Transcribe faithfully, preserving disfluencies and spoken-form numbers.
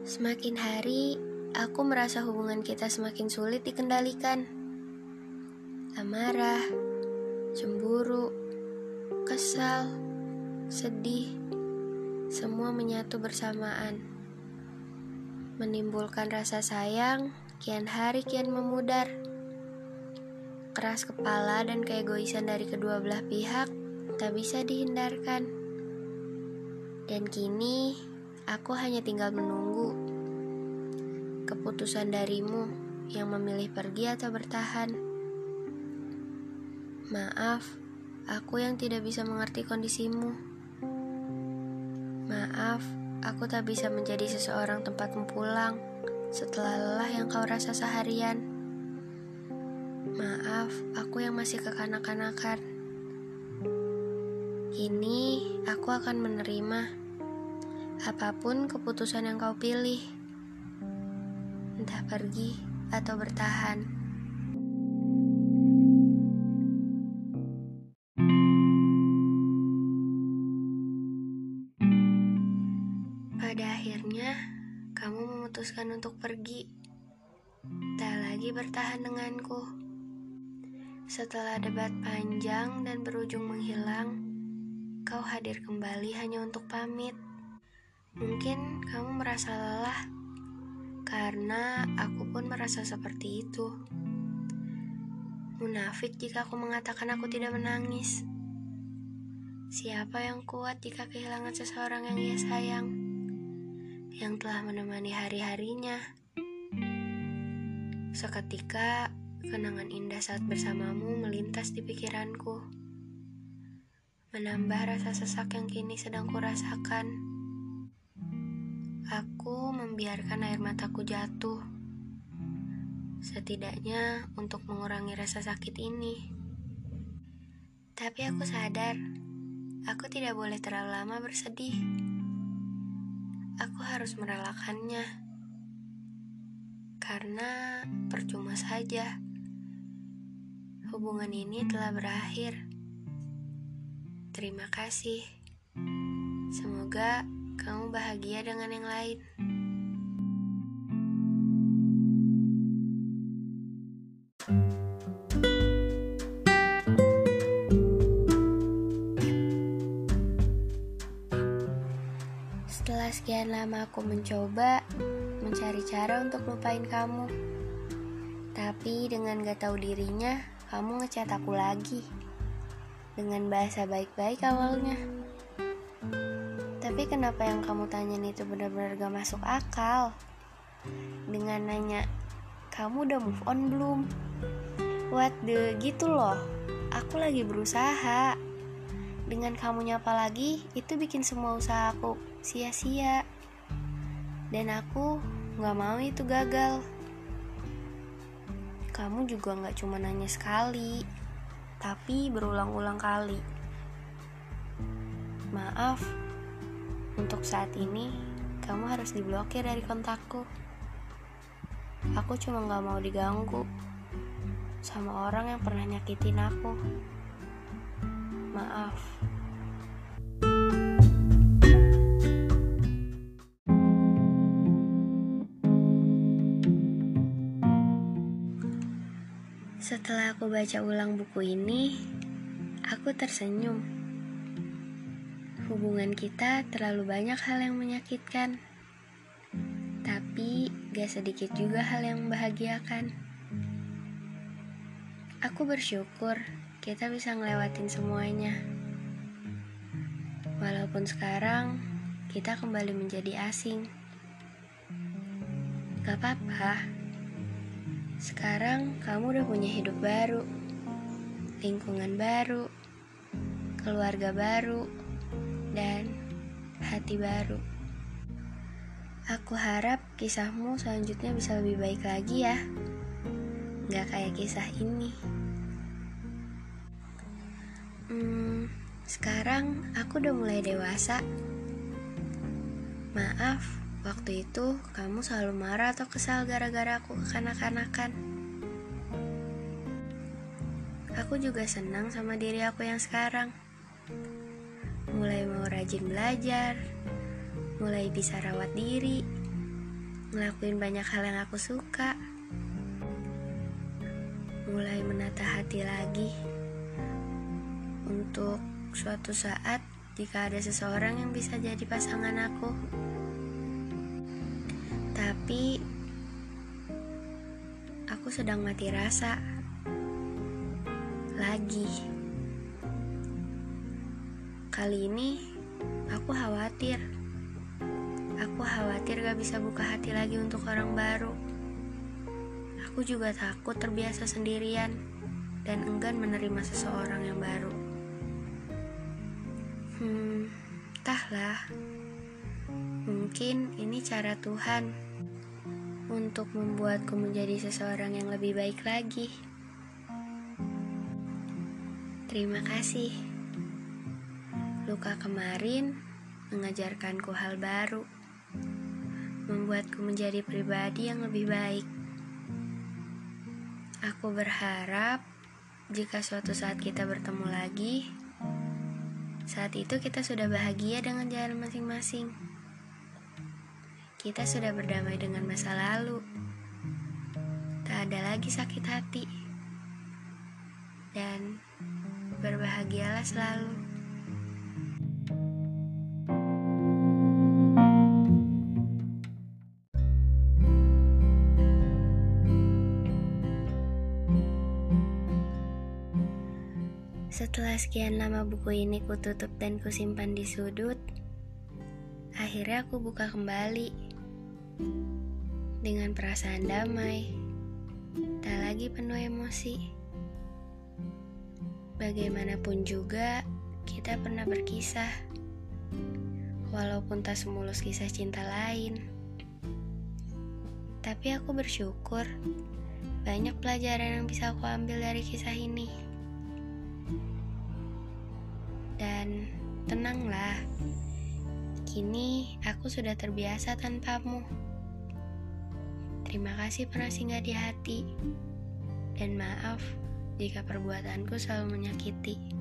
Semakin hari, aku merasa hubungan kita semakin sulit dikendalikan. Amarah, cemburu, kesal, sedih, semua menyatu bersamaan. Menimbulkan rasa sayang, kian hari kian memudar. Keras kepala dan keegoisan dari kedua belah pihak tak bisa dihindarkan. Dan kini, aku hanya tinggal menunggu keputusan darimu yang memilih pergi atau bertahan. Maaf, aku yang tidak bisa mengerti kondisimu. Maaf, aku tak bisa menjadi seseorang tempatmu pulang setelah lelah yang kau rasa seharian. Maaf, aku yang masih kekanak-kanakan. Kini, aku akan menerima apapun keputusan yang kau pilih, entah pergi atau bertahan. Pada akhirnya, kamu memutuskan untuk pergi, tak lagi bertahan denganku. Setelah debat panjang dan berujung menghilang, kau hadir kembali hanya untuk pamit. Mungkin kamu merasa lelah, karena aku pun merasa seperti itu. Munafik jika aku mengatakan aku tidak menangis. Siapa yang kuat jika kehilangan seseorang yang ia sayang, yang telah menemani hari-harinya? Seketika, kenangan indah saat bersamamu melintas di pikiranku, menambah rasa sesak yang kini sedang kurasakan. Aku membiarkan air mataku jatuh, setidaknya untuk mengurangi rasa sakit ini. Tapi aku sadar, aku tidak boleh terlalu lama bersedih. Aku harus merelakannya, karena percuma saja. Hubungan ini telah berakhir. Terima kasih. Semoga kamu bahagia dengan yang lain. Setelah sekian lama aku mencoba mencari cara untuk lupain kamu, tapi dengan gak tahu dirinya, kamu ngechat aku lagi dengan bahasa baik-baik awalnya. Tapi kenapa yang kamu tanyain itu benar-benar gak masuk akal? Dengan nanya, kamu udah move on belum? What the, gitu loh. Aku lagi berusaha. Dengan kamu nyapa lagi, itu bikin semua usaha aku sia-sia. Dan aku gak mau itu gagal. Kamu juga gak cuma nanya sekali, tapi berulang-ulang kali. Maaf, untuk saat ini kamu harus diblokir dari kontakku. Aku cuma gak mau diganggu sama orang yang pernah nyakitin aku. Maaf. Setelah aku baca ulang buku ini, aku tersenyum. Hubungan kita terlalu banyak hal yang menyakitkan, tapi gak sedikit juga hal yang membahagiakan. Aku bersyukur kita bisa ngelewatin semuanya. Walaupun sekarang kita kembali menjadi asing. Gak apa-apa. Sekarang kamu udah punya hidup baru, lingkungan baru, keluarga baru, dan hati baru. Aku harap kisahmu selanjutnya bisa lebih baik lagi ya. Gak kayak kisah ini. Hmm, sekarang aku udah mulai dewasa. Maaf, waktu itu kamu selalu marah atau kesal gara-gara aku kekanak-kanakan. Aku juga senang sama diri aku yang sekarang. Mulai mau rajin belajar, mulai bisa rawat diri, ngelakuin banyak hal yang aku suka. Mulai menata hati lagi untuk suatu saat jika ada seseorang yang bisa jadi pasangan aku. Tapi aku sedang mati rasa lagi. Kali ini aku khawatir. Aku khawatir gak bisa buka hati lagi untuk orang baru. Aku juga takut terbiasa sendirian dan enggan menerima seseorang yang baru. Hmm, entahlah. Mungkin ini cara Tuhan untuk membuatku menjadi seseorang yang lebih baik lagi. Terima kasih. Luka kemarin mengajarkanku hal baru, membuatku menjadi pribadi yang lebih baik. Aku berharap jika suatu saat kita bertemu lagi, saat itu kita sudah bahagia dengan jalan masing-masing. Kita sudah berdamai dengan masa lalu. Tak ada lagi sakit hati. Dan berbahagialah selalu. Setelah sekian lama buku ini kututup dan kusimpan di sudut, akhirnya aku buka kembali dengan perasaan damai, tak lagi penuh emosi. Bagaimanapun juga, kita pernah berkisah, walaupun tak semulus kisah cinta lain. Tapi aku bersyukur banyak pelajaran yang bisa aku ambil dari kisah ini. Dan tenanglah, kini aku sudah terbiasa tanpamu. Terima kasih pernah singgah di hati, dan maaf jika perbuatanku selalu menyakiti.